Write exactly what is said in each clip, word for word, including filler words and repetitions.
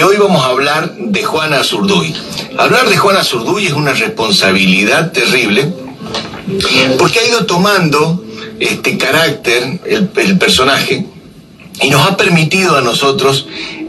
hoy vamos a hablar de Juana Azurduy. Hablar de Juana Azurduy es una responsabilidad terrible, porque ha ido tomando este carácter, el, el personaje, y nos ha permitido a nosotros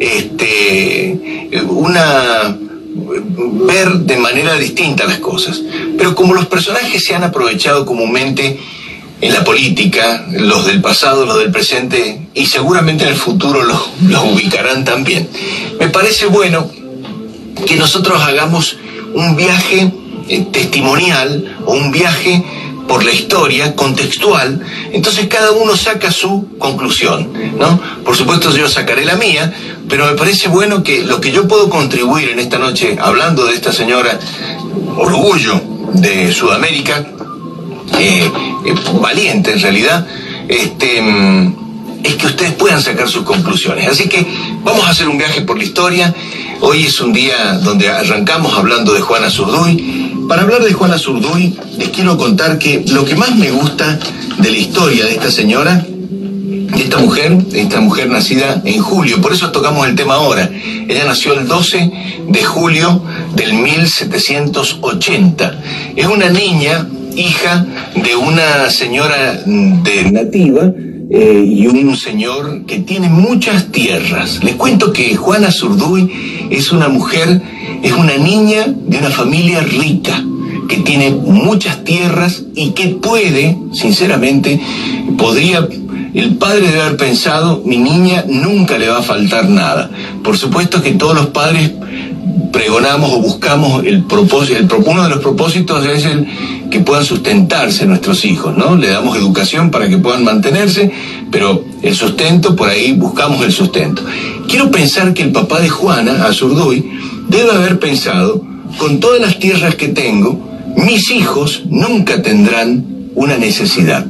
este, una, ver de manera distinta las cosas. Pero como los personajes se han aprovechado comúnmente en la política, los del pasado, los del presente, y seguramente en el futuro los, los ubicarán también, me parece bueno que nosotros hagamos un viaje eh, testimonial o un viaje por la historia, contextual. Entonces cada uno saca su conclusión, ¿no? Por supuesto yo sacaré la mía, pero me parece bueno que lo que yo puedo contribuir en esta noche, hablando de esta señora, orgullo de Sudamérica, eh, eh, valiente en realidad, este, es que ustedes puedan sacar sus conclusiones. Así que vamos a hacer un viaje por la historia. Hoy es un día donde arrancamos hablando de Juana Azurduy. Para hablar de Juana Azurduy, les quiero contar que lo que más me gusta de la historia de esta señora, de esta mujer, esta mujer nacida en julio, por eso tocamos el tema ahora. Ella nació el doce de julio del mil setecientos ochenta. Es una niña, hija de una señora de nativa, Eh, y un señor que tiene muchas tierras. Les cuento que Juana Azurduy es una mujer, es una niña de una familia rica, que tiene muchas tierras y que puede, sinceramente, podría, el padre debe haber pensado, mi niña nunca le va a faltar nada. Por supuesto que todos los padres pregonamos o buscamos el propósito, el, uno de los propósitos es el que puedan sustentarse nuestros hijos, ¿no? Le damos educación para que puedan mantenerse, pero el sustento, por ahí buscamos el sustento. Quiero pensar que el papá de Juana Azurduy debe haber pensado, con todas las tierras que tengo, mis hijos nunca tendrán una necesidad.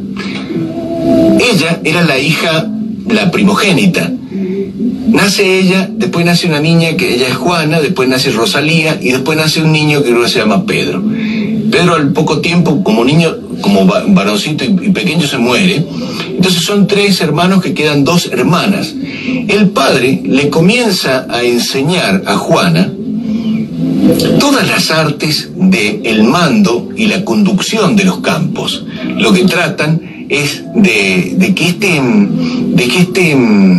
Ella era la hija, la primogénita. Nace ella, después nace una niña que ella es Juana, después nace Rosalía y después nace un niño que creo que se llama Pedro. Pedro al poco tiempo, como niño, como varoncito y pequeño, se muere. Entonces son tres hermanos que quedan dos hermanas. El padre le comienza a enseñar a Juana todas las artes del mando y la conducción de los campos. Lo que tratan es de, de que este, de que este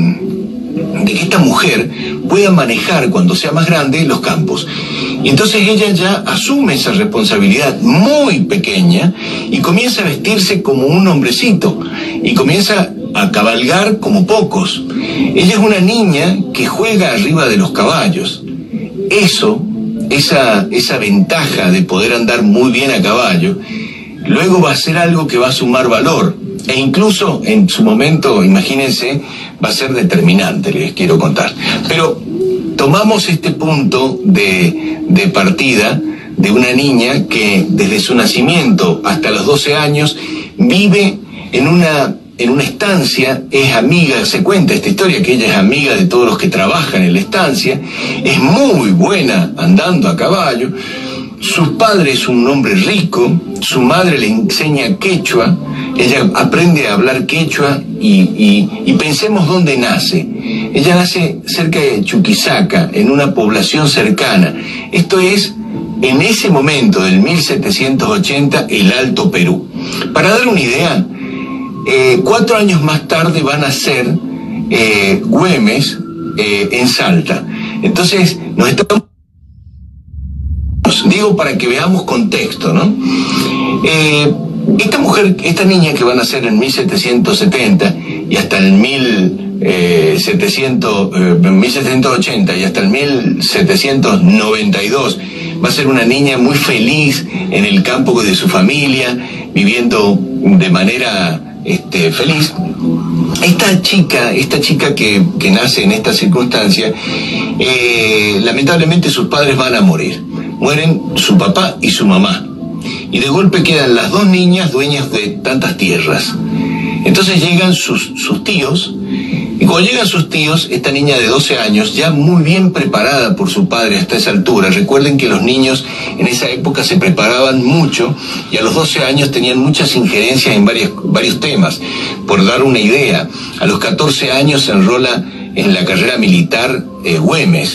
de que esta mujer pueda manejar cuando sea más grande los campos. Y entonces ella ya asume esa responsabilidad muy pequeña y comienza a vestirse como un hombrecito y comienza a cabalgar como pocos. Ella es una niña que juega arriba de los caballos. Eso, esa, esa ventaja de poder andar muy bien a caballo, luego va a ser algo que va a sumar valor. E incluso en su momento, imagínense, va a ser determinante, les quiero contar. Pero tomamos este punto de, de partida de una niña que desde su nacimiento hasta los doce años vive en una, en una estancia, es amiga, se cuenta esta historia, que ella es amiga de todos los que trabajan en la estancia, es muy buena andando a caballo. Su padre es un hombre rico, su madre le enseña quechua, ella aprende a hablar quechua y, y, y pensemos dónde nace. Ella nace cerca de Chuquisaca, en una población cercana. Esto es, en ese momento del mil setecientos ochenta, el Alto Perú. Para dar una idea, eh, cuatro años más tarde van a ser eh, Güemes eh, en Salta. Entonces, nos estamos... Digo para que veamos contexto, ¿no? Eh, esta mujer, esta niña que va a nacer en mil setecientos setenta y hasta el mil setecientos ochenta y hasta el mil setecientos noventa y dos va a ser una niña muy feliz en el campo de su familia, viviendo de manera este, feliz. Esta chica, esta chica que, que nace en esta circunstancia, eh, lamentablemente sus padres van a morir. Mueren su papá y su mamá. Y de golpe quedan las dos niñas dueñas de tantas tierras. Entonces llegan sus, sus tíos, y cuando llegan sus tíos, esta niña de doce años, ya muy bien preparada por su padre hasta esa altura. Recuerden que los niños en esa época se preparaban mucho y a los doce años tenían muchas injerencias en varios, varios temas. Por dar una idea, a los catorce años se enrola en la carrera militar eh, Güemes.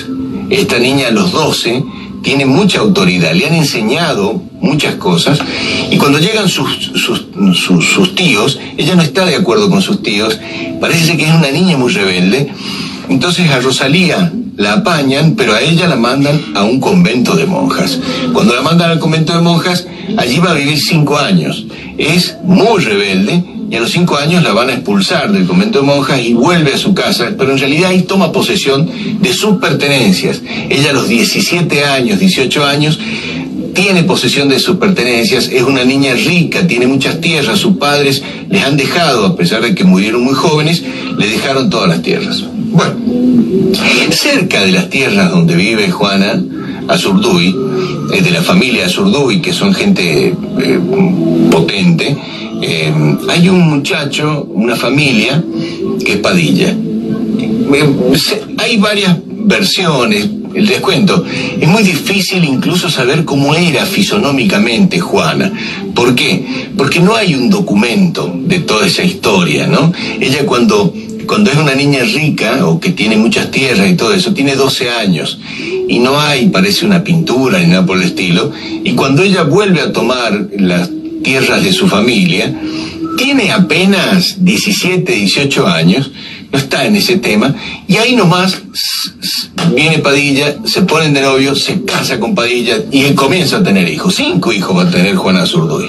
esta niña a los doce tiene mucha autoridad, le han enseñado muchas cosas, y cuando llegan sus, sus, sus, sus tíos, ella no está de acuerdo con sus tíos, parece que es una niña muy rebelde. Entonces a Rosalía la apañan, pero a ella la mandan a un convento de monjas. Cuando la mandan al convento de monjas, allí va a vivir cinco años. Es muy rebelde, y a los cinco años la van a expulsar del convento de monjas y vuelve a su casa, pero en realidad ahí toma posesión de sus pertenencias. Ella a los diecisiete años, dieciocho años, tiene posesión de sus pertenencias, es una niña rica, tiene muchas tierras, sus padres les han dejado, a pesar de que murieron muy jóvenes, le dejaron todas las tierras. Bueno, cerca de las tierras donde vive Juana Azurduy, eh, de la familia Azurduy, que son gente eh, potente, eh, hay un muchacho, una familia, que es Padilla. Eh, se, hay varias versiones. Les cuento, es muy difícil incluso saber cómo era fisonómicamente Juana. ¿Por qué? Porque no hay un documento de toda esa historia, ¿no? Ella cuando, cuando es una niña rica, o que tiene muchas tierras y todo eso, tiene doce años, y no hay, parece, una pintura ni nada por el estilo, y cuando ella vuelve a tomar las tierras de su familia, tiene apenas diecisiete, dieciocho años, no está en ese tema, y ahí nomás viene Padilla, se ponen de novio, se casa con Padilla y él comienza a tener hijos. Cinco hijos va a tener Juana Azurduy.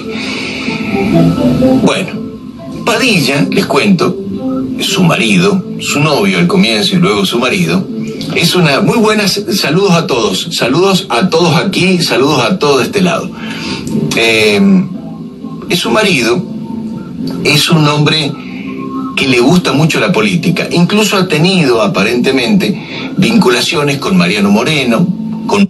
Bueno, Padilla, les cuento, su marido, su novio al comienzo y luego su marido, es una muy buena. Saludos a todos, saludos a todos aquí, saludos a todos de este lado. Eh, es su marido, es un hombre que le gusta mucho la política, incluso ha tenido aparentemente vinculaciones con Mariano Moreno, con...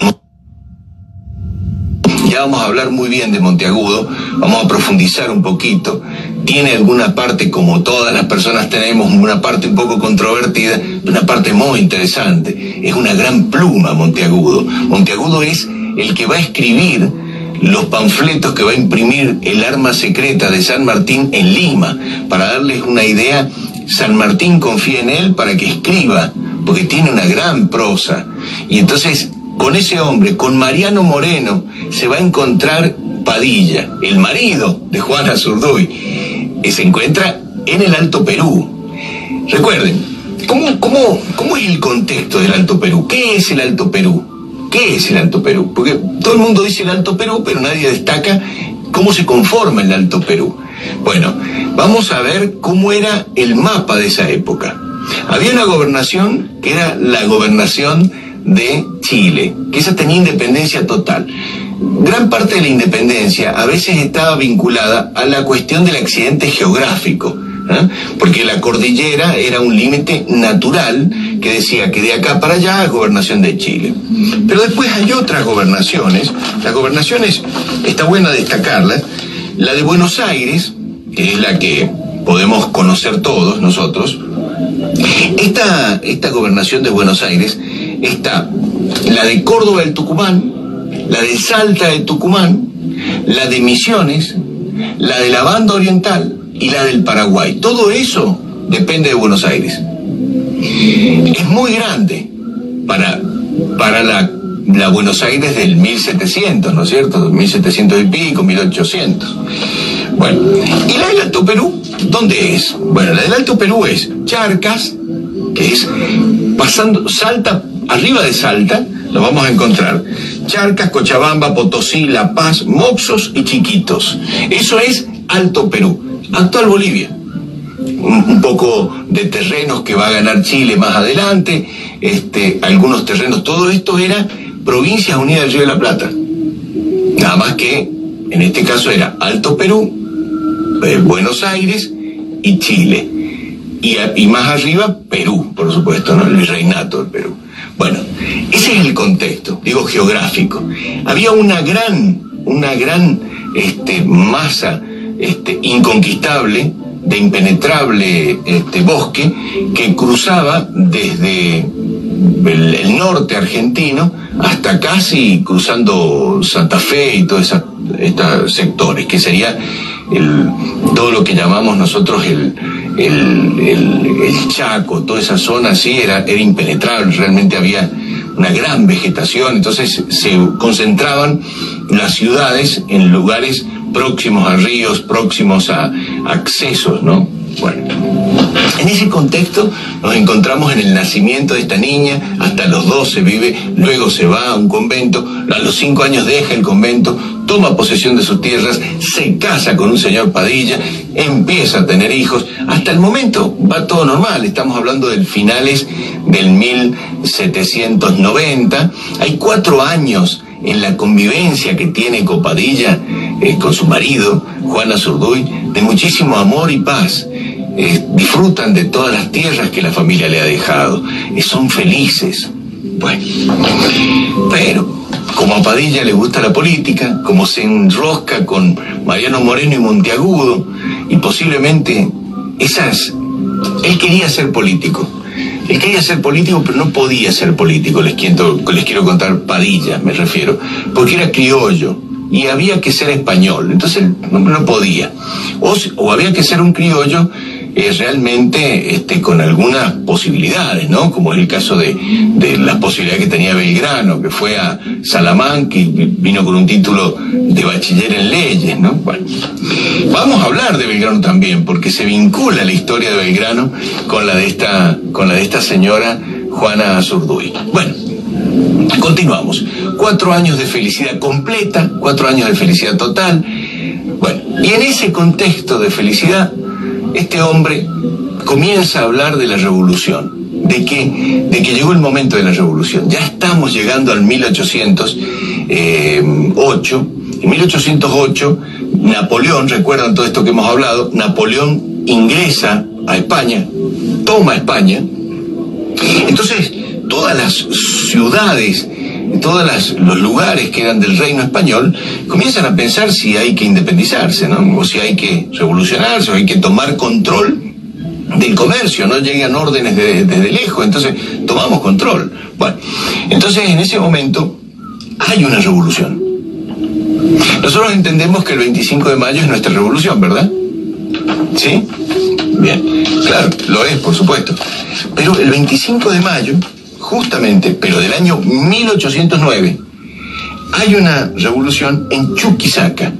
Ya vamos a hablar muy bien de Monteagudo, vamos a profundizar un poquito. Tiene alguna parte, como todas las personas tenemos, una parte un poco controvertida, una parte muy interesante. Es una gran pluma Monteagudo. Monteagudo es el que va a escribir los panfletos que va a imprimir el arma secreta de San Martín en Lima. Para darles una idea, San Martín confía en él para que escriba, porque tiene una gran prosa. Y entonces, con ese hombre, con Mariano Moreno, se va a encontrar Padilla, el marido de Juana Azurduy, que se encuentra en el Alto Perú. Recuerden, ¿cómo, cómo, cómo es el contexto del Alto Perú? ¿Qué es el Alto Perú? ¿Qué es el Alto Perú? Porque todo el mundo dice el Alto Perú, pero nadie destaca cómo se conforma el Alto Perú. Bueno, vamos a ver cómo era el mapa de esa época. Había una gobernación que era la gobernación de Chile, que esa tenía independencia total. Gran parte de la independencia a veces estaba vinculada a la cuestión del accidente geográfico, ¿eh? Porque la cordillera era un límite natural que decía que de acá para allá es gobernación de Chile. Pero después hay otras gobernaciones, las gobernaciones, está buena destacarlas, la de Buenos Aires, que es la que podemos conocer todos nosotros. Esta, esta gobernación de Buenos Aires está la de Córdoba del Tucumán, la de Salta de Tucumán, la de Misiones, la de la Banda Oriental y la del Paraguay. Todo eso depende de Buenos Aires. Es muy grande para, para la, la Buenos Aires del mil setecientos, ¿no es cierto? mil setecientos y pico, mil ochocientos. Bueno, ¿y la del Alto Perú? ¿Dónde es? Bueno, la del Alto Perú es Charcas, que es pasando, Salta, arriba de Salta, lo vamos a encontrar. Charcas, Cochabamba, Potosí, La Paz, Moxos y Chiquitos. Eso es Alto Perú, actual Bolivia. Un, un poco de terrenos que va a ganar Chile más adelante, este, algunos terrenos, todo esto era Provincias Unidas del Río de la Plata. Nada más que, en este caso era Alto Perú, eh, Buenos Aires y Chile. Y, a, y más arriba, Perú, por supuesto, ¿no? El virreinato del Perú. Bueno, ese es el contexto, digo, geográfico. Había una gran, una gran este, masa este, inconquistable, de impenetrable este, bosque, que cruzaba desde el, el norte argentino hasta casi cruzando Santa Fe y toda esa estos sectores, que sería el, todo lo que llamamos nosotros el, el, el, el Chaco, toda esa zona así era, era impenetrable, realmente había una gran vegetación, entonces se concentraban las ciudades en lugares próximos a ríos, próximos a, a accesos, ¿no? Bueno, en ese contexto nos encontramos en el nacimiento de esta niña, hasta los doce vive, luego se va a un convento, a los cinco años deja el convento, toma posesión de sus tierras, se casa con un señor Padilla, empieza a tener hijos, hasta el momento va todo normal, estamos hablando del finales del mil setecientos noventa, hay cuatro años en la convivencia que tiene con Padilla, eh, con su marido, Juan Azurduy, de muchísimo amor y paz. Eh, disfrutan de todas las tierras que la familia le ha dejado, eh, son felices. Bueno, pero como a Padilla le gusta la política, como se enrosca con Mariano Moreno y Monteagudo, y posiblemente esas... Él quería ser político, él quería ser político, pero no podía ser político, les quiero, les quiero contar Padilla, me refiero, porque era criollo, y había que ser español, entonces no, no podía, o, o había que ser un criollo eh, realmente este, con algunas posibilidades, ¿no? Como es el caso de, de las posibilidades que tenía Belgrano, que fue a Salamanca y vino con un título de bachiller en leyes, ¿no? Bueno, vamos a hablar de Belgrano también, porque se vincula la historia de Belgrano con la de esta, con la de esta señora Juana Azurduy. Bueno, continuamos. Cuatro años de felicidad completa, cuatro años de felicidad total. Bueno, y en ese contexto de felicidad, este hombre comienza a hablar de la revolución, de que, de que llegó el momento de la revolución. Ya estamos llegando al mil ochocientos ocho. En mil ochocientos ocho, Napoleón, recuerdan todo esto que hemos hablado, Napoleón ingresa a España, toma España. Entonces, todas las ciudades, todos las, los lugares que eran del reino español comienzan a pensar si hay que independizarse, ¿no? O si hay que revolucionarse, o hay que tomar control del comercio, no llegan órdenes de, desde lejos, entonces tomamos control. Bueno, entonces en ese momento hay una revolución. Nosotros entendemos que el veinticinco de mayo es nuestra revolución, ¿verdad? ¿Sí? Bien, claro, lo es, por supuesto. Pero el veinticinco de mayo, justamente, pero del año mil ochocientos nueve, hay una revolución en Chuquisaca.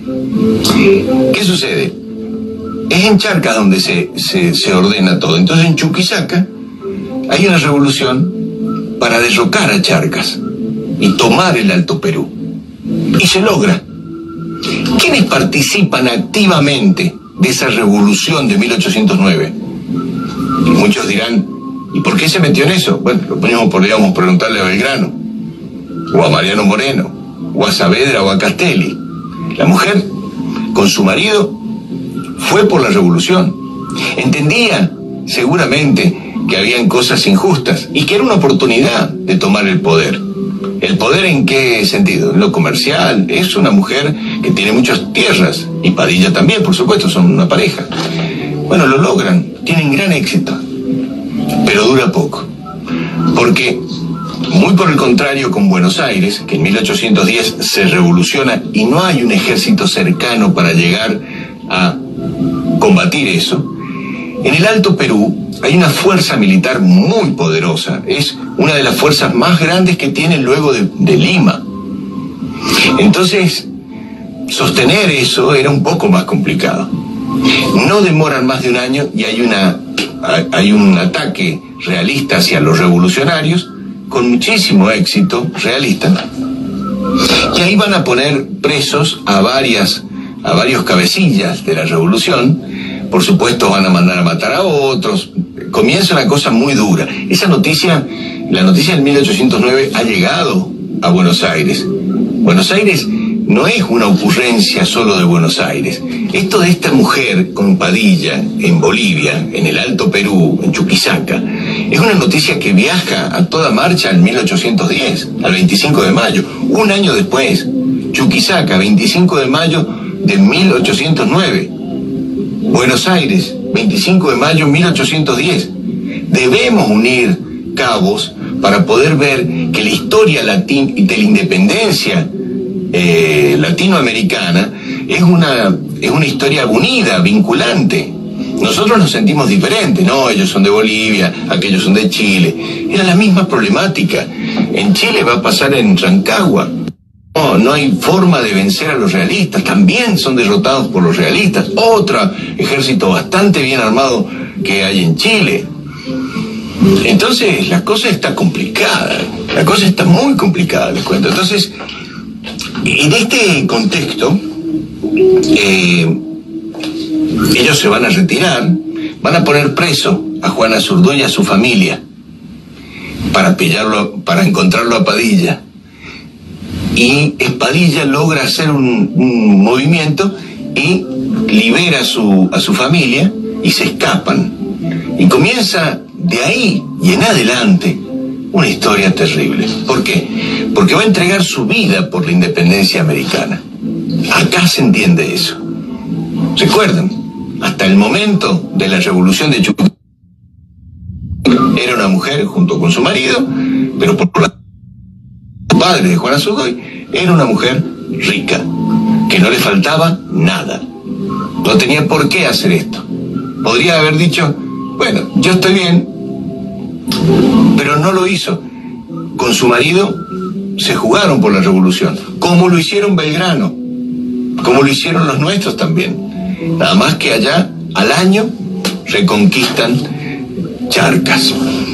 ¿Qué sucede? Es en Charcas donde se, se, se ordena todo. Entonces en Chuquisaca hay una revolución para derrocar a Charcas y tomar el Alto Perú. Y se logra. ¿Quiénes participan activamente de esa revolución de mil ochocientos nueve? Y muchos dirán, ¿y por qué se metió en eso? Bueno, lo mismo podríamos preguntarle a Belgrano, o a Mariano Moreno, o a Saavedra, o a Castelli. La mujer, con su marido, fue por la revolución. Entendía, seguramente, que habían cosas injustas y que era una oportunidad de tomar el poder. ¿El poder en qué sentido? En lo comercial. Es una mujer que tiene muchas tierras, y Padilla también, por supuesto, son una pareja. Bueno, lo logran, tienen gran éxito, pero dura poco, porque muy por el contrario con Buenos Aires, que en mil ochocientos diez se revoluciona y no hay un ejército cercano para llegar a combatir eso, en el Alto Perú hay una fuerza militar muy poderosa, es una de las fuerzas más grandes que tienen luego de, de Lima. Entonces, sostener eso era un poco más complicado. No demoran más de un año y hay una hay un ataque realista hacia los revolucionarios con muchísimo éxito realista, y ahí van a poner presos a varias a varios cabecillas de la revolución. Por supuesto van a mandar a matar a otros. Comienza una cosa muy dura. Esa noticia, la noticia del mil ochocientos nueve ha llegado a Buenos Aires. Buenos Aires no es una ocurrencia solo de Buenos Aires. Esto de esta mujer con Padilla en Bolivia, en el Alto Perú, en Chuquisaca, es una noticia que viaja a toda marcha al mil ochocientos diez, al veinticinco de mayo, un año después. Chuquisaca, veinticinco de mayo de mil ochocientos nueve. Buenos Aires, veinticinco de mayo de mil ochocientos diez. Debemos unir cabos para poder ver que la historia latina y de la independencia eh, latinoamericana es una, es una historia unida, vinculante. Nosotros nos sentimos diferentes, no, ellos son de Bolivia, aquellos son de Chile. Era la misma problemática. En Chile va a pasar en Rancagua. No, no hay forma de vencer a los realistas, también son derrotados por los realistas. Otro ejército bastante bien armado que hay en Chile. Entonces la cosa está complicada, la cosa está muy complicada, les cuento. Entonces, en este contexto, eh, ellos se van a retirar, van a poner preso a Juan Azurduy y a su familia para pillarlo, para encontrarlo a Padilla. Y Padilla logra hacer un, un movimiento y libera a su, a su familia y se escapan. Y comienza de ahí y en adelante una historia terrible. ¿Por qué? Porque va a entregar su vida por la independencia americana. Acá se entiende eso. Recuerden, hasta el momento de la revolución de Chuquicamata era una mujer junto con su marido, pero por la padre de Juan Azurduy era una mujer rica, que no le faltaba nada. No tenía por qué hacer esto. Podría haber dicho, bueno, yo estoy bien, pero no lo hizo. Con su marido se jugaron por la revolución, como lo hicieron Belgrano, como lo hicieron los nuestros también. Nada más que allá, al año, reconquistan Charcas.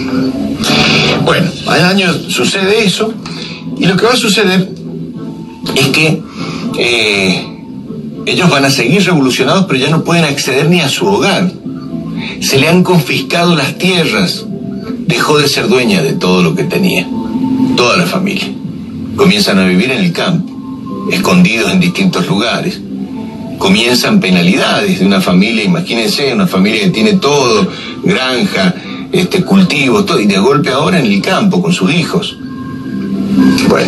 Bueno, al año sucede eso, y lo que va a suceder es que eh, ellos van a seguir revolucionados, pero ya no pueden acceder ni a su hogar. Se le han confiscado las tierras, dejó de ser dueña de todo lo que tenía, toda la familia. Comienzan a vivir en el campo, escondidos en distintos lugares. Comienzan penalidades de una familia, imagínense, una familia que tiene todo, granja, este, cultivos, todo, y de golpe ahora en el campo con sus hijos. Bueno,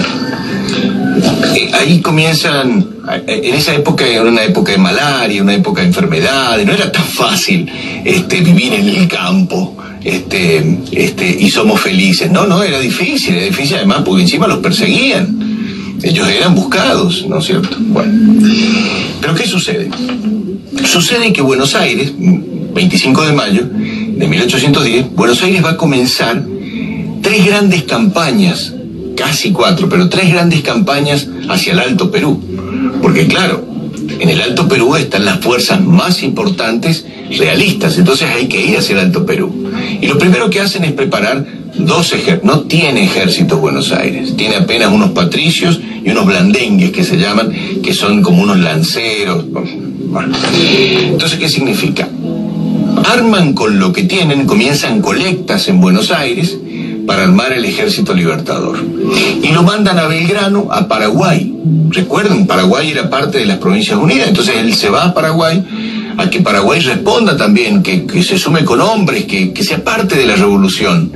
eh, ahí comienzan, en esa época era una época de malaria, una época de enfermedades, no era tan fácil este, vivir en el campo este, este, y somos felices. No, no, era difícil, era difícil además porque encima los perseguían. Ellos eran buscados, ¿no es cierto? Bueno, pero ¿qué sucede? Sucede que Buenos Aires, veinticinco de mayo de mil ochocientos diez, Buenos Aires va a comenzar tres grandes campañas, casi cuatro, pero tres grandes campañas hacia el Alto Perú. Porque claro, en el Alto Perú están las fuerzas más importantes realistas, entonces hay que ir hacia el Alto Perú. Y lo primero que hacen es preparar dos ejércitos. No tiene ejército Buenos Aires, tiene apenas unos patricios y unos blandengues que se llaman, que son como unos lanceros. Bueno. Entonces, ¿qué significa? Arman con lo que tienen, comienzan colectas en Buenos Aires para armar el Ejército Libertador. Y lo mandan a Belgrano, a Paraguay. Recuerden, Paraguay era parte de las Provincias Unidas, entonces él se va a Paraguay, a que Paraguay responda también, que, que se sume con hombres, que, que sea parte de la revolución.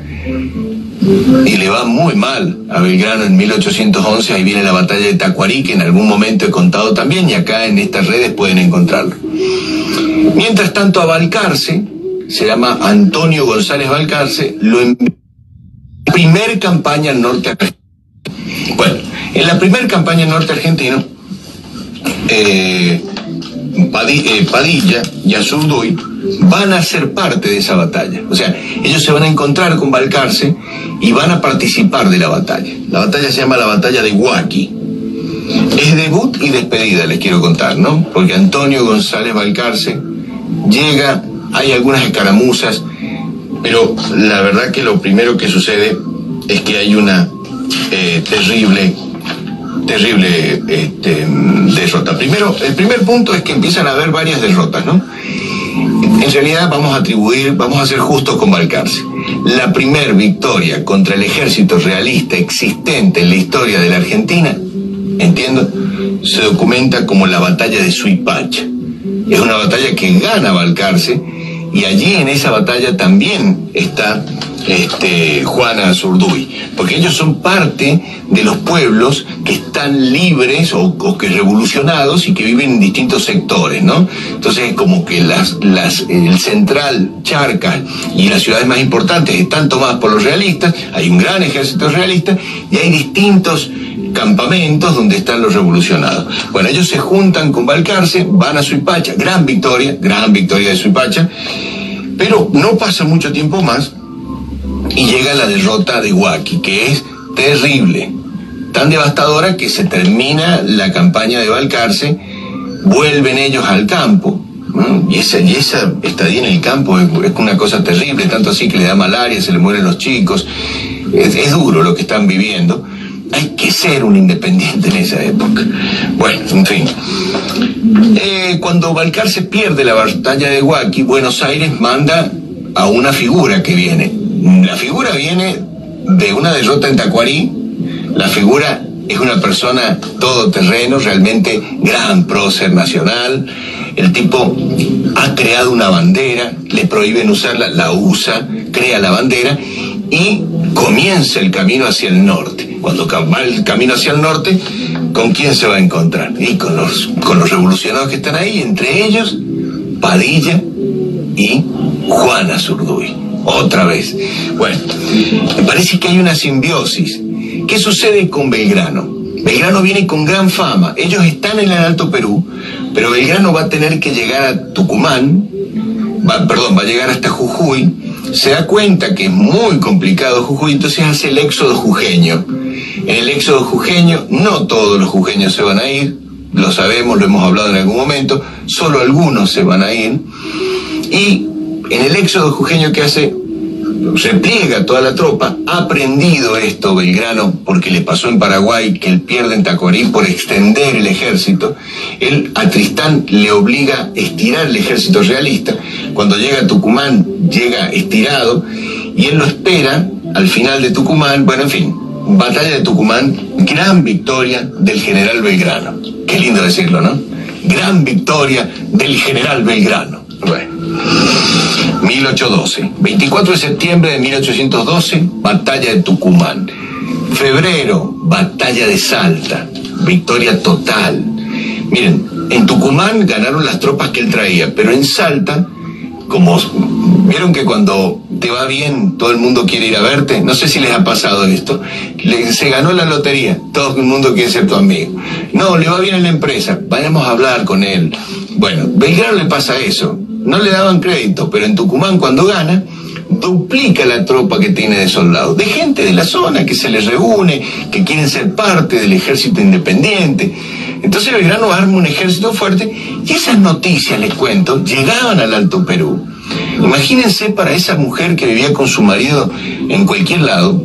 Y le va muy mal a Belgrano en mil ochocientos once, ahí viene la batalla de Tacuarí, que en algún momento he contado también, y acá en estas redes pueden encontrarlo. Mientras tanto, a Balcarce, se llama Antonio González Balcarce, lo envió a la primer campaña en norte argentino. Bueno, en la primera campaña en norte argentino, eh, Padilla y Azurduy van a ser parte de esa batalla. O sea, ellos se van a encontrar con Balcarce y van a participar de la batalla. La batalla se llama la batalla de Huaki. Es debut y despedida, les quiero contar, ¿no? Porque Antonio González Balcarce llega, hay algunas escaramuzas, pero la verdad que lo primero que sucede es que hay una eh, terrible terrible este, derrota. Primero, el primer punto es que empiezan a haber varias derrotas, ¿no? En realidad vamos a atribuir, vamos a ser justos con Balcarce. La primer victoria contra el ejército realista existente en la historia de la Argentina, entiendo, se documenta como la batalla de Suipacha. Es una batalla que gana Balcarce, y allí en esa batalla también está este, Juana Azurduy, porque ellos son parte de los pueblos que están libres o, o que revolucionados y que viven en distintos sectores, ¿no? Entonces, como que las, las, el central, Charcas y las ciudades más importantes están tomadas por los realistas, hay un gran ejército realista y hay distintos campamentos donde están los revolucionados. Bueno, ellos se juntan con Balcarce, van a Suipacha, gran victoria, gran victoria de Suipacha, pero no pasa mucho tiempo más y llega la derrota de Huaki, que es terrible, tan devastadora que se termina la campaña de Balcarce, vuelven ellos al campo, ¿no? y, esa, y esa estadía en el campo es, es una cosa terrible, tanto así que le da malaria, se le mueren los chicos, es, es duro lo que están viviendo. Hay que ser un independiente en esa época. Bueno, en fin. Eh, cuando Balcarce pierde la batalla de Huaki, Buenos Aires manda a una figura que viene. La figura viene de una derrota en Tacuarí. La figura es una persona todoterreno, realmente gran prócer nacional. El tipo ha creado una bandera, le prohíben usarla, la usa, crea la bandera y comienza el camino hacia el norte. Cuando va el camino hacia el norte, ¿con quién se va a encontrar? Y con los, con los revolucionados que están ahí, entre ellos Padilla y Juana Azurduy. Otra vez. Bueno, me parece que hay una simbiosis. ¿Qué sucede con Belgrano? Belgrano viene con gran fama. Ellos están en el Alto Perú, pero Belgrano va a tener que llegar a Tucumán, va, perdón, va a llegar hasta Jujuy. Se da cuenta que es muy complicado Jujuy, entonces hace el éxodo jujeño. En el éxodo jujeño, no todos los jujeños se van a ir, lo sabemos, lo hemos hablado en algún momento, solo algunos se van a ir. Y en el éxodo jujeño que hace, repliega toda la tropa, ha aprendido esto Belgrano, porque le pasó en Paraguay, que él pierde en Tacuarí por extender el ejército. Él a Tristán le obliga a estirar el ejército realista. Cuando llega a Tucumán, llega estirado, y él lo espera al final de Tucumán. Bueno, en fin, batalla de Tucumán, gran victoria del general Belgrano. Qué lindo decirlo, ¿no? Gran victoria del general Belgrano. Bueno, mil ochocientos doce, veinticuatro de septiembre de mil ochocientos doce, batalla de Tucumán. Febrero, batalla de Salta, victoria total. Miren, en Tucumán ganaron las tropas que él traía, pero en Salta, como vieron que cuando te va bien todo el mundo quiere ir a verte, no sé si les ha pasado esto, le, se ganó la lotería, todo el mundo quiere ser tu amigo. No, le va bien en la empresa, vayamos a hablar con él. Bueno, Belgrano le pasa eso, no le daban crédito, pero en Tucumán cuando gana, duplica la tropa que tiene de soldados, de gente de la zona que se les reúne, que quieren ser parte del ejército independiente. Entonces Belgrano arma un ejército fuerte y esas noticias, les cuento, llegaban al Alto Perú. Imagínense para esa mujer que vivía con su marido en cualquier lado,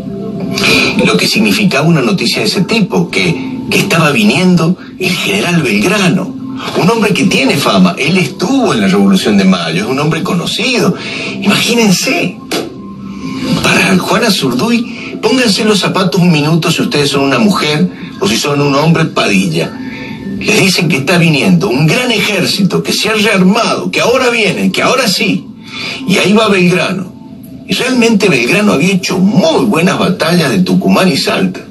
lo que significaba una noticia de ese tipo, que, que estaba viniendo el general Belgrano. Un hombre que tiene fama, él estuvo en la Revolución de Mayo, es un hombre conocido. Imagínense, para Juana Azurduy, pónganse en los zapatos un minuto si ustedes son una mujer o si son un hombre, Padilla. Les dicen que está viniendo un gran ejército, que se ha rearmado, que ahora viene, que ahora sí. Y ahí va Belgrano. Y realmente Belgrano había hecho muy buenas batallas de Tucumán y Salta.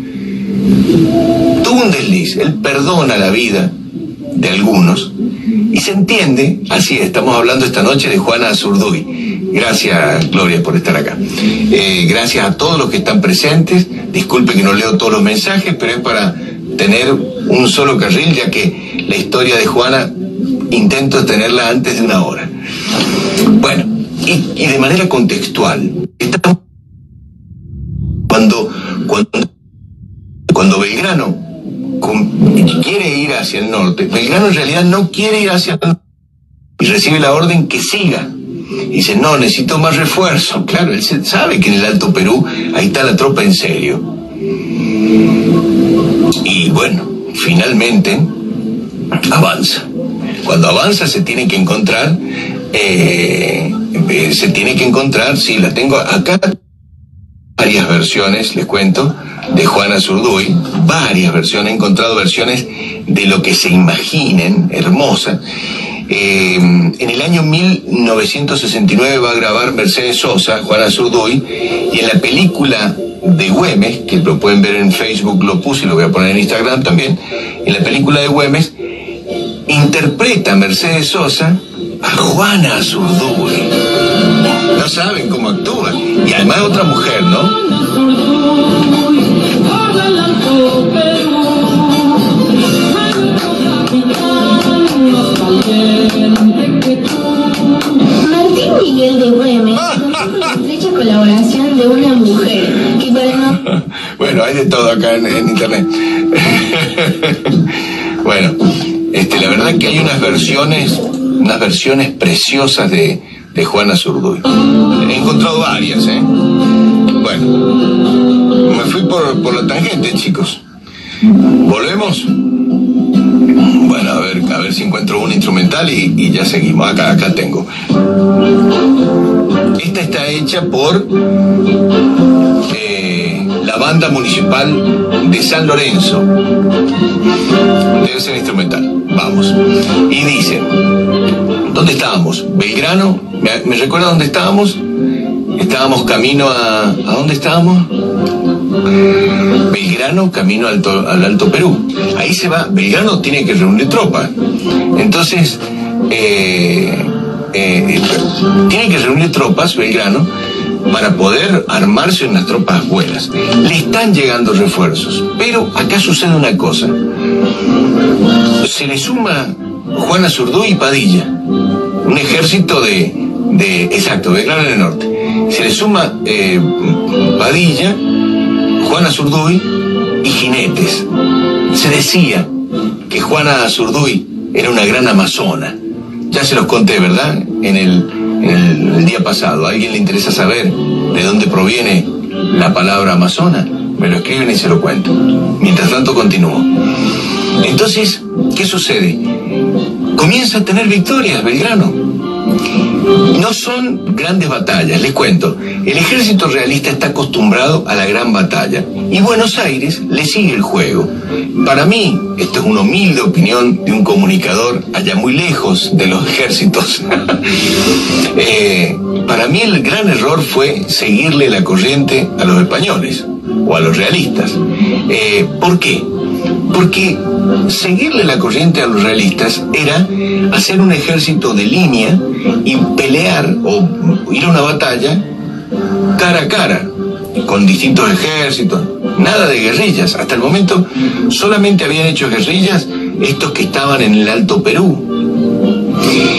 Tuvo un desliz, él perdona la vida de algunos y se entiende. Así estamos hablando esta noche de Juana Azurduy. Gracias, Gloria, por estar acá. Eh, gracias a todos los que están presentes. Disculpe que no leo todos los mensajes, pero es para tener un solo carril, ya que la historia de Juana intento tenerla antes de una hora. Bueno, y, y de manera contextual, cuando cuando cuando Belgrano quiere ir hacia el norte, Belgrano en realidad no quiere ir hacia el norte y recibe la orden que siga. Y dice, no, necesito más refuerzo. Claro, él sabe que en el Alto Perú ahí está la tropa en serio. Y bueno, finalmente avanza. Cuando avanza se tiene que encontrar, eh, eh, se tiene que encontrar, sí, la tengo acá, varias versiones, les cuento, de Juana Azurduy, varias versiones, he encontrado versiones de lo que se imaginen, hermosas. Eh, en el año mil novecientos sesenta y nueve va a grabar Mercedes Sosa, Juana Zurduy, y en la película de Güemes, que lo pueden ver en Facebook, lo puse y lo voy a poner en Instagram también, en la película de Güemes, interpreta Mercedes Sosa a Juana Zurduy. No saben cómo actúa. Y además otra mujer, ¿no? Martín Miguel de Güemes con una estrecha colaboración de una mujer que para no... Bueno, hay de todo acá en, en internet. Bueno, este, la verdad que hay unas versiones, unas versiones preciosas de, de Juana Zurduy. He encontrado varias, ¿eh? Bueno, me fui por, por la tangente, chicos. ¿Volvemos? Bueno, a ver, a ver si encuentro un instrumental y, y ya seguimos. Acá, acá tengo. Esta está hecha por eh, la banda municipal de San Lorenzo. Debe ser instrumental. Vamos. Y dice, ¿dónde estábamos? Belgrano. ¿Me, me recuerda dónde estábamos? Estábamos camino a... ¿A dónde estábamos? Belgrano, camino al, al Alto Perú. Ahí se va. Belgrano tiene que reunir tropas. Entonces, eh, eh, tiene que reunir tropas, Belgrano, para poder armarse unas tropas buenas. Le están llegando refuerzos. Pero acá sucede una cosa. Se le suma Juana Zurduy y Padilla. Un ejército de... de exacto, Belgrano en el norte. Se le suma eh, Padilla, Juana Zurduy y jinetes. Se decía que Juana Zurduy era una gran amazona. Ya se los conté, ¿verdad? En el, en el, el día pasado. ¿A alguien le interesa saber de dónde proviene la palabra amazona? Me lo escriben y se lo cuento. Mientras tanto continúo. Entonces, ¿qué sucede? Comienza a tener victorias Belgrano. No son grandes batallas, les cuento. El ejército realista está acostumbrado a la gran batalla y Buenos Aires le sigue el juego. Para mí, esto es una humilde opinión de un comunicador allá muy lejos de los ejércitos. eh, para mí el gran error fue seguirle la corriente a los españoles o a los realistas. Eh, ¿Por qué? Porque seguirle la corriente a los realistas era hacer un ejército de línea y pelear o ir a una batalla cara a cara con distintos ejércitos, nada de guerrillas. Hasta el momento solamente habían hecho guerrillas estos que estaban en el Alto Perú.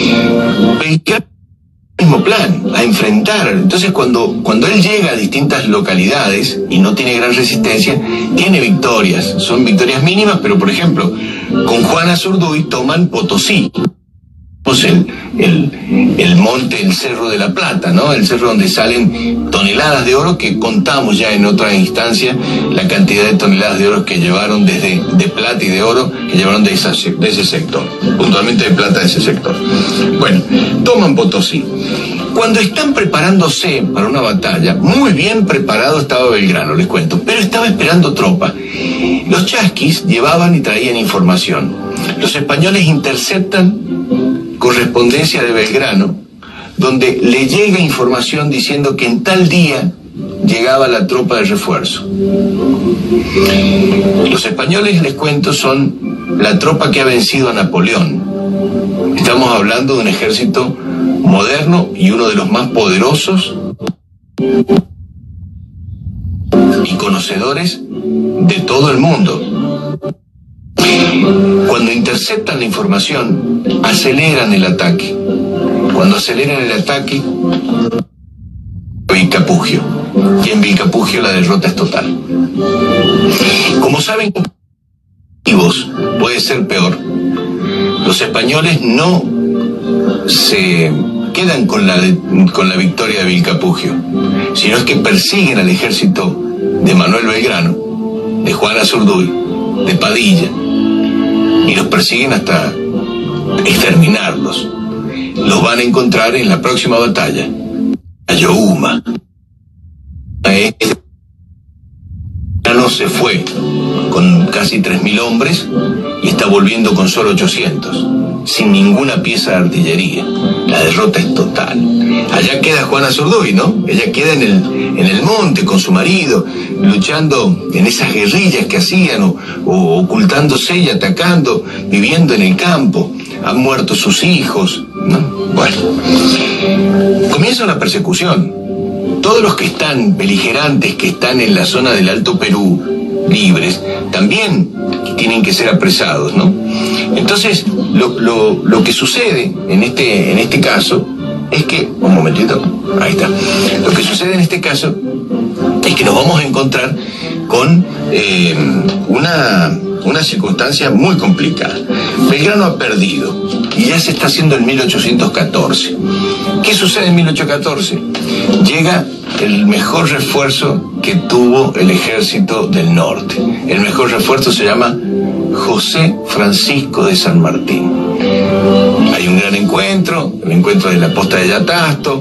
Mismo plan, a enfrentar. Entonces cuando, cuando él llega a distintas localidades y no tiene gran resistencia, tiene victorias, son victorias mínimas, pero por ejemplo, con Juana Zurduy toman Potosí, el, el, el monte, el Cerro de la Plata, ¿no? El cerro donde salen toneladas de oro, que contamos ya en otra instancia la cantidad de toneladas de oro que llevaron desde de plata y de oro que llevaron de, esa, de ese sector, puntualmente de plata de ese sector. Bueno, toman Potosí. Cuando están preparándose para una batalla, muy bien preparado estaba Belgrano, les cuento, pero estaba esperando tropa. Los chasquis llevaban y traían información. Los españoles interceptan correspondencia de Belgrano, donde le llega información diciendo que en tal día llegaba la tropa de refuerzo. Los españoles, les cuento, son la tropa que ha vencido a Napoleón. Estamos hablando de un ejército moderno y uno de los más poderosos y conocedores de todo el mundo. Cuando interceptan la información, aceleran el ataque. Cuando aceleran el ataque, Vilcapugio. Y en Vilcapugio la derrota es total. Como saben, puede ser peor. Los españoles no se quedan con la, de, con la victoria de Vilcapugio, sino es que persiguen al ejército de Manuel Belgrano, de Juana Zurduy, de Padilla, y los persiguen hasta exterminarlos. Los van a encontrar en la próxima batalla, Ayohuma. No se fue con casi tres mil hombres y está volviendo con solo ochocientos, sin ninguna pieza de artillería. La derrota es total. Allá queda Juana Zurduy, ¿no? Ella queda en el, en el monte con su marido, luchando en esas guerrillas que hacían, o, o ocultándose y atacando, viviendo en el campo. Han muerto sus hijos, ¿no? Bueno, comienza una persecución. Todos los que están beligerantes, que están en la zona del Alto Perú, libres, también tienen que ser apresados, ¿no? Entonces, lo, lo, lo que sucede en este, en este caso es que, un momentito, ahí está, lo que sucede en este caso es que nos vamos a encontrar con eh, una, una circunstancia muy complicada. Belgrano ha perdido y ya se está haciendo en mil ochocientos catorce. ¿Qué sucede en mil ochocientos catorce? Llega el mejor refuerzo que tuvo el ejército del norte. El mejor refuerzo se llama José Francisco de San Martín. Hay un gran encuentro, el encuentro de la posta de Yatasto.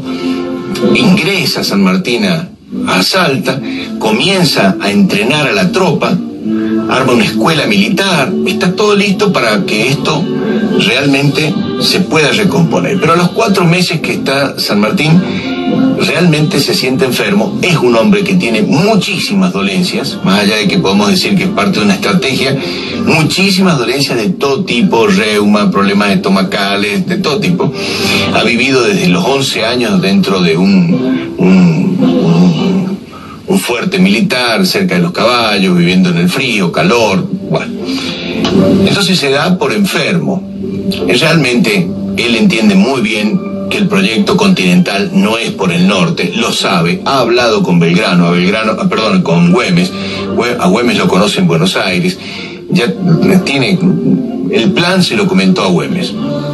Ingresa San Martín a, a Salta, comienza a entrenar a la tropa, arma una escuela militar, está todo listo para que esto realmente se pueda recomponer. Pero a los cuatro meses que está San Martín, realmente se siente enfermo. Es un hombre que tiene muchísimas dolencias, más allá de que podemos decir que es parte de una estrategia, muchísimas dolencias de todo tipo, reuma, problemas estomacales, de todo tipo. Ha vivido desde los once años dentro de un, un, un, un fuerte militar, cerca de los caballos, viviendo en el frío, calor, bueno. Entonces se da por enfermo. Realmente él entiende muy bien que el proyecto continental no es por el norte, lo sabe, ha hablado con Belgrano, a Belgrano, perdón, con Güemes, a Güemes lo conoce en Buenos Aires, ya tiene, el plan se lo comentó a Güemes.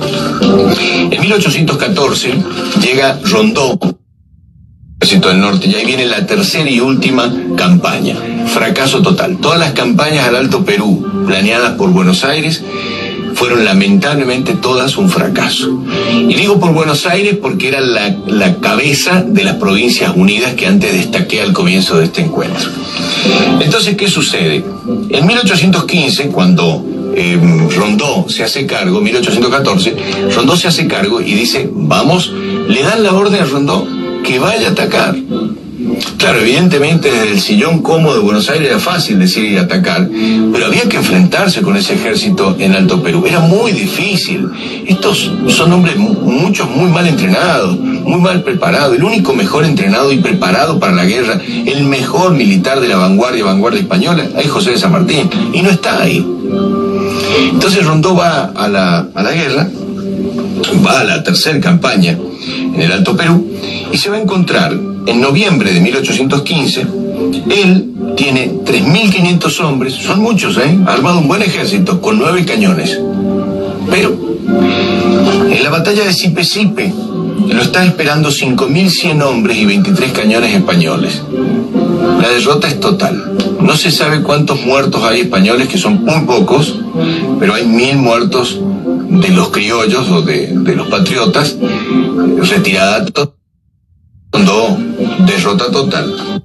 En mil ochocientos catorce llega Rondó, ejército del norte, y ahí viene la tercera y última campaña, fracaso total. Todas las campañas al Alto Perú, planeadas por Buenos Aires, fueron lamentablemente todas un fracaso. Y digo por Buenos Aires porque era la, la cabeza de las Provincias Unidas que antes destaqué al comienzo de este encuentro. Entonces, ¿qué sucede? En mil ochocientos quince, cuando eh, Rondó se hace cargo, mil ochocientos catorce, Rondó se hace cargo y dice, vamos, le dan la orden a Rondó que vaya a atacar. Claro, evidentemente desde el sillón cómodo de Buenos Aires era fácil decir ir a atacar, pero había que enfrentarse con ese ejército en Alto Perú. Era muy difícil. Estos son hombres, muchos muy mal entrenados, muy mal preparados. El único mejor entrenado y preparado para la guerra, el mejor militar de la vanguardia, vanguardia española, es José de San Martín, y no está ahí. Entonces Rondó va a la, a la guerra, va a la tercera campaña en el Alto Perú, y se va a encontrar en noviembre de mil ochocientos quince, él tiene tres mil quinientos hombres, son muchos, ¿eh? Ha armado un buen ejército con nueve cañones. Pero en la batalla de Sipe-Sipe lo están esperando cinco mil cien hombres y veintitrés cañones españoles. La derrota es total. No se sabe cuántos muertos hay españoles, que son muy pocos, pero hay mil muertos de los criollos o de, de los patriotas, retirada total. Cuando derrota total.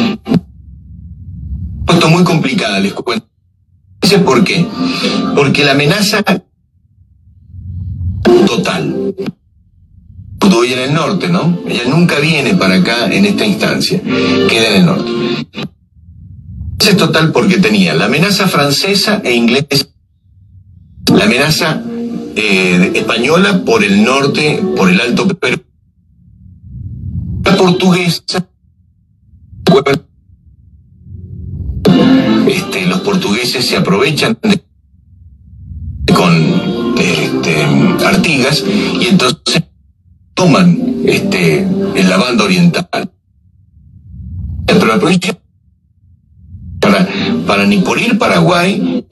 Esto es muy complicada, les cuento. ¿Por qué? Porque la amenaza total. Zurduy en el norte, ¿no? Ella nunca viene para acá en esta instancia. Queda en el norte. Es total porque tenía la amenaza francesa e inglesa, la amenaza eh, española por el norte, por el Alto Perú, la portuguesa, este, los portugueses se aprovechan de, con este, Artigas, y entonces toman este, en la banda oriental. Pero la provincia, para, para ni por ir Paraguay,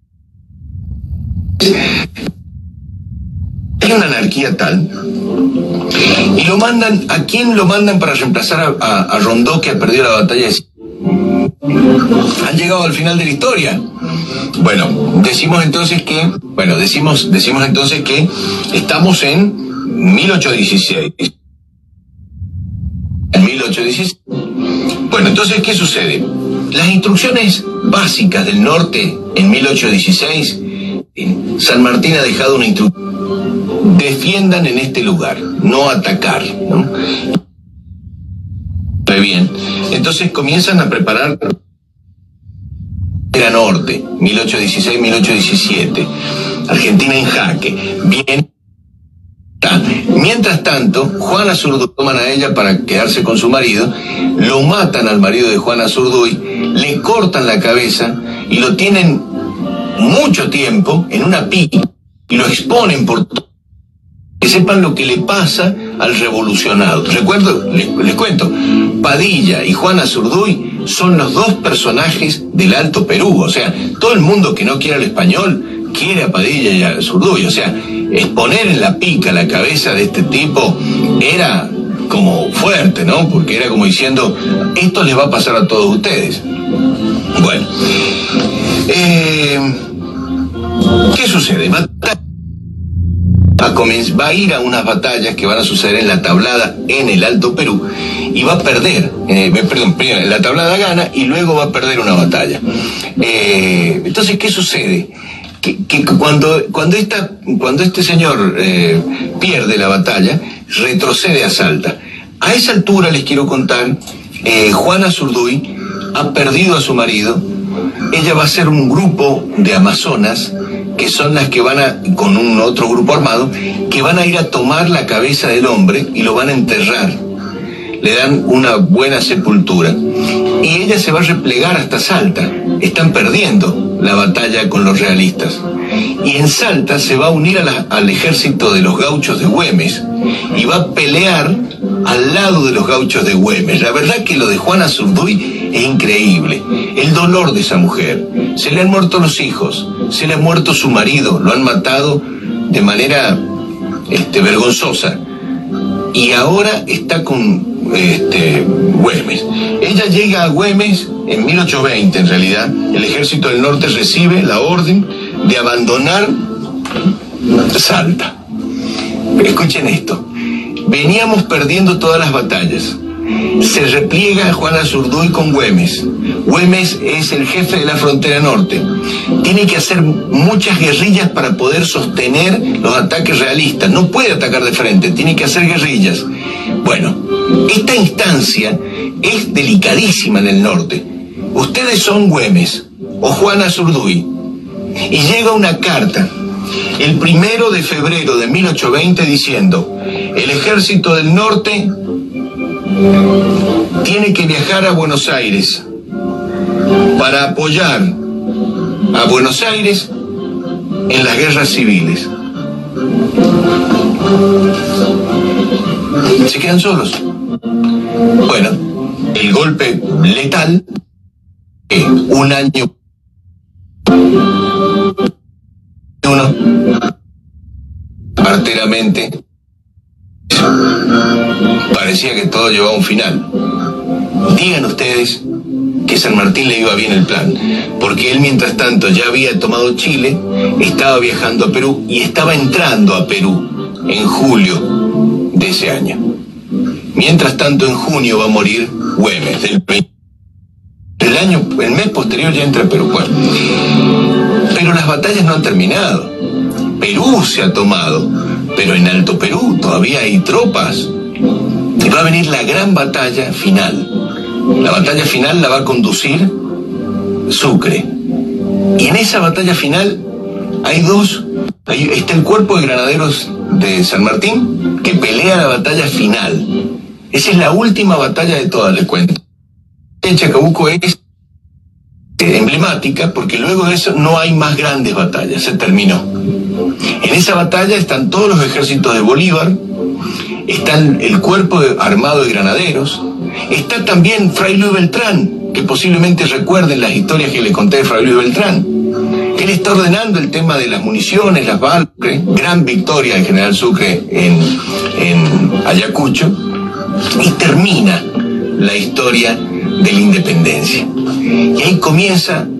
hay una anarquía tal, y lo mandan, ¿a quién lo mandan para reemplazar a, a, a Rondó, que ha perdido la batalla de... Han llegado al final de la historia. Bueno, decimos entonces que, bueno, decimos, decimos entonces que estamos en mil ochocientos dieciséis. En mil ochocientos dieciséis. Bueno, entonces, ¿qué sucede? las instrucciones básicas del norte en mil ochocientos dieciséis, San Martín ha dejado una instrucción: defiendan en este lugar, no atacar, ¿no? Muy bien, entonces comienzan a preparar era norte, mil ochocientos dieciséis, mil ochocientos diecisiete, Argentina en jaque, bien. Mientras tanto, Juana Azurduy toman a ella para quedarse con su marido, lo matan al marido de Juana Azurduy, le cortan la cabeza y lo tienen mucho tiempo en una pica y lo exponen por todo. Que sepan lo que le pasa al revolucionado. Recuerdo, les, les cuento, Padilla y Juana Azurduy son los dos personajes del Alto Perú. O sea, todo el mundo que no quiere al español quiere a Padilla y a Azurduy. O sea, exponer en la pica la cabeza de este tipo era como fuerte, ¿no? Porque era como diciendo, esto les va a pasar a todos ustedes. Bueno, eh, ¿qué sucede? Va a ir a unas batallas que van a suceder en la Tablada en el Alto Perú y va a perder, eh, perdón, primero en la Tablada gana y luego va a perder una batalla. Eh, entonces, ¿qué sucede? Que, que cuando, cuando, esta, cuando este señor eh, pierde la batalla, retrocede a Salta. A esa altura les quiero contar, eh, Juana Azurduy ha perdido a su marido. Ella va a ser un grupo de amazonas que son las que van a, con un otro grupo armado, que van a ir a tomar la cabeza del hombre y lo van a enterrar. Le dan una buena sepultura. Y ella se va a replegar hasta Salta. Están perdiendo la batalla con los realistas. Y en Salta se va a unir a la, al ejército de los gauchos de Güemes y va a pelear al lado de los gauchos de Güemes. La verdad que lo de Juana Azurduy es increíble. El dolor de esa mujer. Se le han muerto los hijos, se le ha muerto su marido, lo han matado de manera este, vergonzosa. Y ahora está con este, Güemes. Ella llega a Güemes en mil ochocientos veinte, en realidad. El ejército del norte recibe la orden de abandonar Salta. Escuchen esto. Veníamos perdiendo todas las batallas. Se repliega Juana Azurduy con Güemes. Güemes es el jefe de la frontera norte. Tiene que hacer muchas guerrillas para poder sostener los ataques realistas. No puede atacar de frente, tiene que hacer guerrillas. Bueno, esta instancia es delicadísima en el norte. Ustedes son Güemes o Juana Azurduy. Y llega una carta el primero de febrero de mil ochocientos veinte diciendo: el ejército del norte tiene que viajar a Buenos Aires para apoyar a Buenos Aires en las guerras civiles. Se quedan solos. Bueno, el golpe letal, eh, un año uno arteramente parecía que todo llevaba un final. Digan ustedes que San Martín le iba bien el plan, porque él mientras tanto ya había tomado Chile, estaba viajando a Perú y estaba entrando a Perú en julio de ese año. Mientras tanto, en junio va a morir Güemes. El, el año, el mes posterior ya entra a Perú. Bueno, pero las batallas no han terminado. Perú se ha tomado, pero en Alto Perú todavía hay tropas. Y va a venir la gran batalla final. La batalla final la va a conducir Sucre. Y en esa batalla final hay dos. Hay, está el cuerpo de granaderos de San Martín que pelea la batalla final. Esa es la última batalla de todas, les cuento. En Chacabuco es emblemática porque luego de eso no hay más grandes batallas, se terminó. En esa batalla están todos los ejércitos de Bolívar, está el cuerpo de, armado de granaderos, está también Fray Luis Beltrán, que posiblemente recuerden las historias que le conté de Fray Luis Beltrán. Él está ordenando el tema de las municiones, las balas. Gran victoria del general Sucre en, en Ayacucho, y termina la historia de la independencia. Y ahí comienza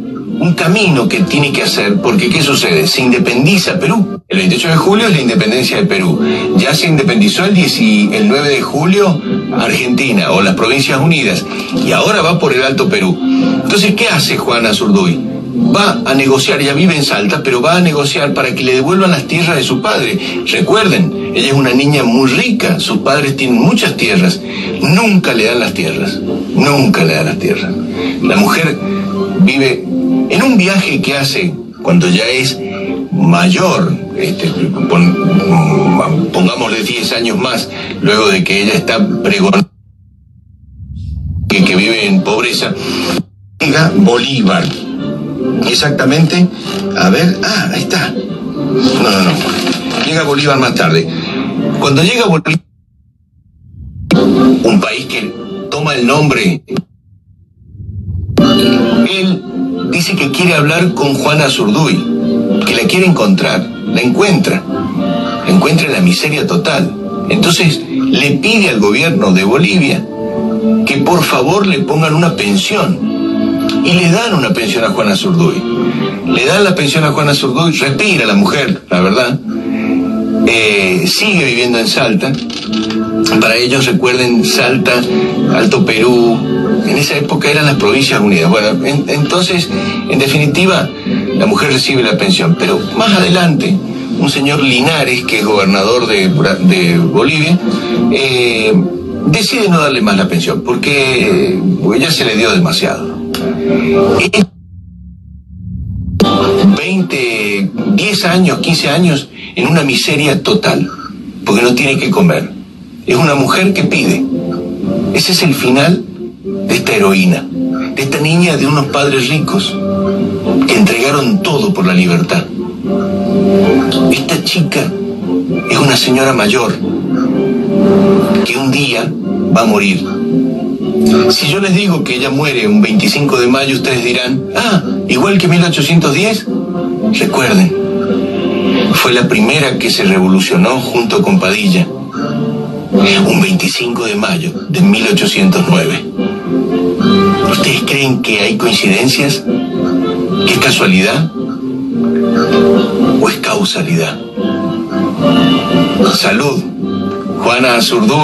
un camino que tiene que hacer, porque ¿qué sucede? Se independiza Perú. El veintiocho de julio es la independencia de Perú. Ya se independizó el, diez, el nueve de julio Argentina o las Provincias Unidas, y ahora va por el Alto Perú. Entonces, ¿qué hace Juana Azurduy? Va a negociar, ella vive en Salta, pero va a negociar para que le devuelvan las tierras de su padre. Recuerden, ella es una niña muy rica, sus padres tienen muchas tierras, nunca le dan las tierras, nunca le dan las tierras. La mujer vive en un viaje que hace cuando ya es mayor, este, pon, pongámosle diez años más, luego de que ella está pregonando que, que vive en pobreza, llega Bolívar. Exactamente, a ver, ah, ahí está. No, no, no. Llega Bolívar más tarde. Cuando llega Bolívar, un país que toma el nombre, él dice que quiere hablar con Juana Azurduy, que la quiere encontrar, la encuentra, la encuentra en la miseria total. Entonces le pide al gobierno de Bolivia que por favor le pongan una pensión. Y le dan una pensión a Juana Azurduy. Le dan la pensión a Juana Azurduy, respira la mujer, la verdad. Eh, sigue viviendo en Salta. Para ellos, recuerden, Salta, Alto Perú, en esa época eran las Provincias Unidas. Bueno, en, entonces, en definitiva, la mujer recibe la pensión. Pero más adelante, un señor Linares, que es gobernador de, de Bolivia, eh, decide no darle más la pensión, porque ella se le dio demasiado. veinte, diez años, quince años en una miseria total, porque no tiene que comer. Es una mujer que pide. Ese es el final de esta heroína, de esta niña de unos padres ricos que entregaron todo por la libertad. Esta chica es una señora mayor que un día va a morir. Si yo les digo que ella muere un veinticinco de mayo, ustedes dirán, ah, igual que mil ochocientos diez. Recuerden, fue la primera que se revolucionó junto con Padilla, un veinticinco de mayo de mil ochocientos nueve. ¿Ustedes creen que hay coincidencias? ¿Que es casualidad? ¿O es causalidad? Salud, Juana Azurduy.